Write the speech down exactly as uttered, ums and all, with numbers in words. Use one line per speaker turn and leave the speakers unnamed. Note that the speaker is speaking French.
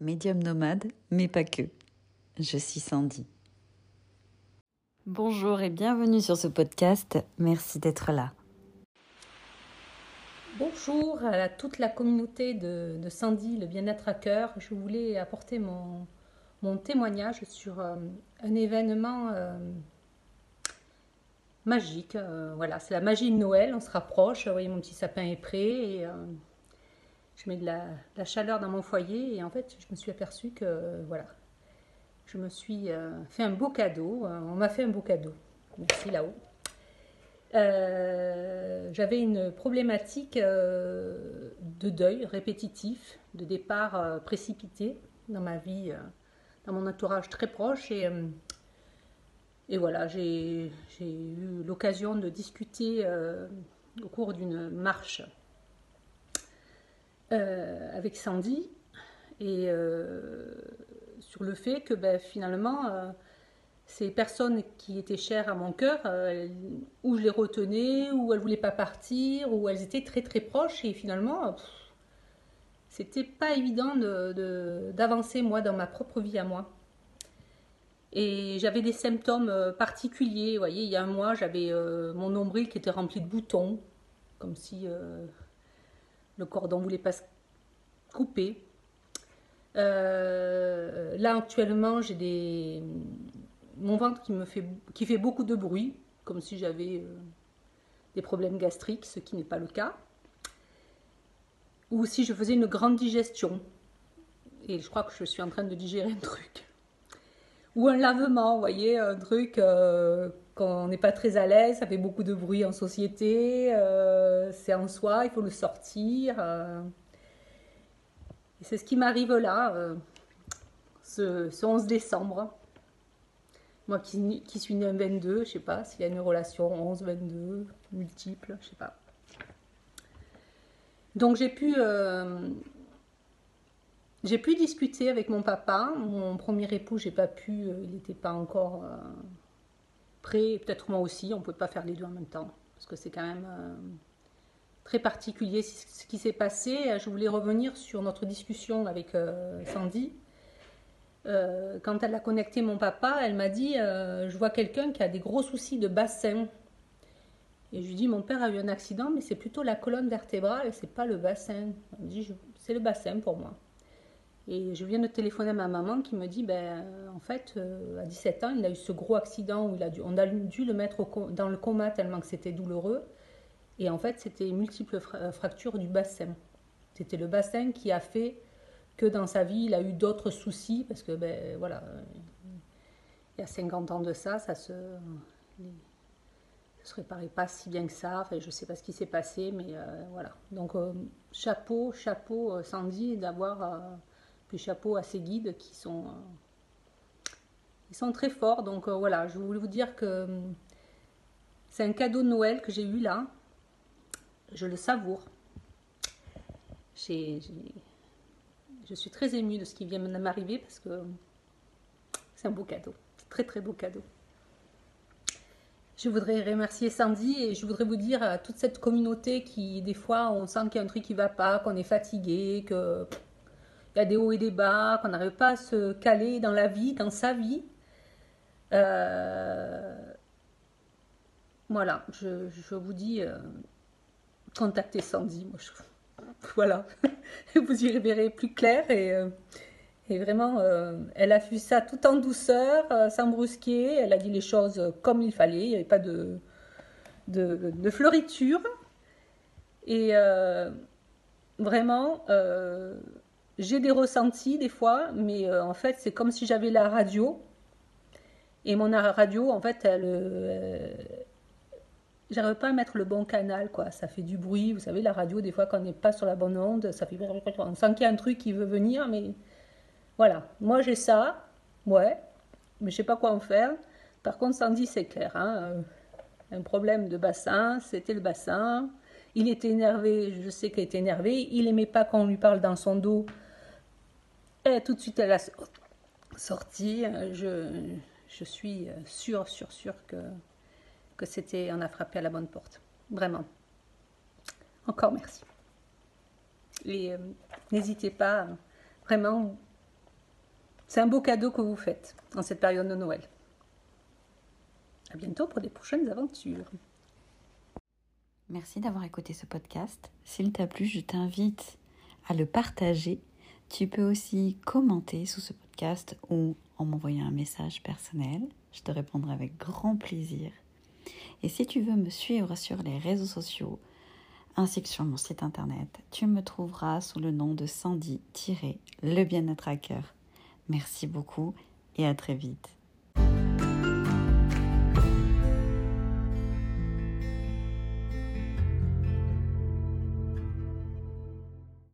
médium nomade, mais pas que. Je suis Sandy. Bonjour et bienvenue sur ce podcast. Merci d'être là.
Bonjour à toute la communauté de, de Sandy, le bien-être à cœur. Je voulais apporter mon, mon témoignage sur euh, un événement euh, magique. Euh, voilà, c'est la magie de Noël, on se rapproche. Vous voyez, mon petit sapin est prêt et euh, je mets de la, de la chaleur dans mon foyer. Et en fait, je me suis aperçue que euh, voilà, je me suis euh, fait un beau cadeau. On m'a fait un beau cadeau. Merci là-haut. Euh, j'avais une problématique euh, de deuil répétitif, de départ euh, précipité dans ma vie, euh, dans mon entourage très proche. Et, euh, et voilà, j'ai j'ai eu l'occasion de discuter euh, au cours d'une marche euh, avec Sandy et euh, sur le fait que ben, finalement, euh, ces personnes qui étaient chères à mon cœur, euh, où je les retenais, où elles ne voulaient pas partir, où elles étaient très très proches. Et finalement, pff, c'était pas évident de, de, d'avancer moi dans ma propre vie à moi. Et j'avais des symptômes particuliers. Vous voyez, il y a un mois, j'avais euh, mon nombril qui était rempli de boutons, comme si euh, le cordon ne voulait pas se couper. Euh, là, actuellement, j'ai des... mon ventre qui, me fait, qui fait beaucoup de bruit, comme si j'avais euh, des problèmes gastriques, ce qui n'est pas le cas. Ou si je faisais une grande digestion. Et je crois que je suis en train de digérer un truc. Ou un lavement, vous voyez, un truc euh, quand on n'est pas très à l'aise, ça fait beaucoup de bruit en société, euh, c'est en soi, il faut le sortir. Euh. Et c'est ce qui m'arrive là, euh, ce, ce onze décembre. Moi qui, qui suis née un vingt-deux, je sais pas s'il y a une relation onze vingt-deux, multiple, je sais pas. Donc j'ai pu, euh, j'ai pu discuter avec mon papa. Mon premier époux, j'ai pas pu, euh, il n'était pas encore euh, prêt. Peut-être moi aussi, on ne pouvait pas faire les deux en même temps. Parce que c'est quand même euh, très particulier ce qui s'est passé. Je voulais revenir sur notre discussion avec euh, Sandy. Euh, quand elle a connecté mon papa, elle m'a dit euh, je vois quelqu'un qui a des gros soucis de bassin. Et je lui dis mon père a eu un accident, mais c'est plutôt la colonne vertébrale et c'est pas le bassin. Elle me dit c'est le bassin pour moi. Et je viens de téléphoner à ma maman qui me dit ben en fait euh, à dix-sept ans il a eu ce gros accident où il a dû, on a dû le mettre au, dans le coma tellement que c'était douloureux. Et en fait c'était multiples fra- fractures du bassin. C'était le bassin qui a fait que dans sa vie, il a eu d'autres soucis, parce que, ben, voilà, il y a cinquante ans de ça, ça se, ça se réparait pas si bien que ça, enfin, je sais pas ce qui s'est passé, mais euh, voilà. Donc, euh, chapeau, chapeau, euh, Sandy, d'avoir, euh, puis chapeau à ces guides qui sont, euh, ils sont très forts, donc euh, voilà, je voulais vous dire que euh, c'est un cadeau de Noël que j'ai eu là, je le savoure. J'ai, j'ai, je suis très émue de ce qui vient de m'arriver, parce que c'est un beau cadeau. Très très beau cadeau. Je voudrais remercier Sandy et je voudrais vous dire à toute cette communauté qui, des fois, on sent qu'il y a un truc qui ne va pas, qu'on est fatigué, qu'il y a des hauts et des bas, qu'on n'arrive pas à se caler dans la vie, dans sa vie. Euh, voilà, je, je vous dis, euh, contactez Sandy. Moi, je, voilà, vous y verrez plus clair et... Euh, Et vraiment, euh, elle a fait ça tout en douceur, euh, sans brusquer. Elle a dit les choses comme il fallait. Il n'y avait pas de, de, de fleuriture. Et euh, vraiment, euh, j'ai des ressentis des fois, mais euh, en fait, c'est comme si j'avais la radio. Et mon radio, en fait, elle, euh, j'arrive pas à mettre le bon canal, quoi. Ça fait du bruit. Vous savez, la radio, des fois, quand on n'est pas sur la bonne onde, ça fait... On sent qu'il y a un truc qui veut venir, mais... Voilà, moi j'ai ça, ouais, mais je sais pas quoi en faire. Par contre, Sandy, c'est clair, hein, un problème de bassin, c'était le bassin. Il était énervé, je sais qu'il était énervé. Il aimait pas quand on lui parle dans son dos. Et tout de suite, elle a sorti. Je, je suis sûre, sûre, sûre que, que c'était, on a frappé à la bonne porte. Vraiment. Encore merci. Et euh, n'hésitez pas, vraiment, C'est un beau cadeau que vous faites en cette période de Noël. À bientôt pour des prochaines aventures.
Merci d'avoir écouté ce podcast. S'il t'a plu, je t'invite à le partager. Tu peux aussi commenter sous ce podcast ou en m'envoyant un message personnel. Je te répondrai avec grand plaisir. Et si tu veux me suivre sur les réseaux sociaux ainsi que sur mon site internet, tu me trouveras sous le nom de Sandy, le bien-être à cœur. Merci beaucoup et à très vite.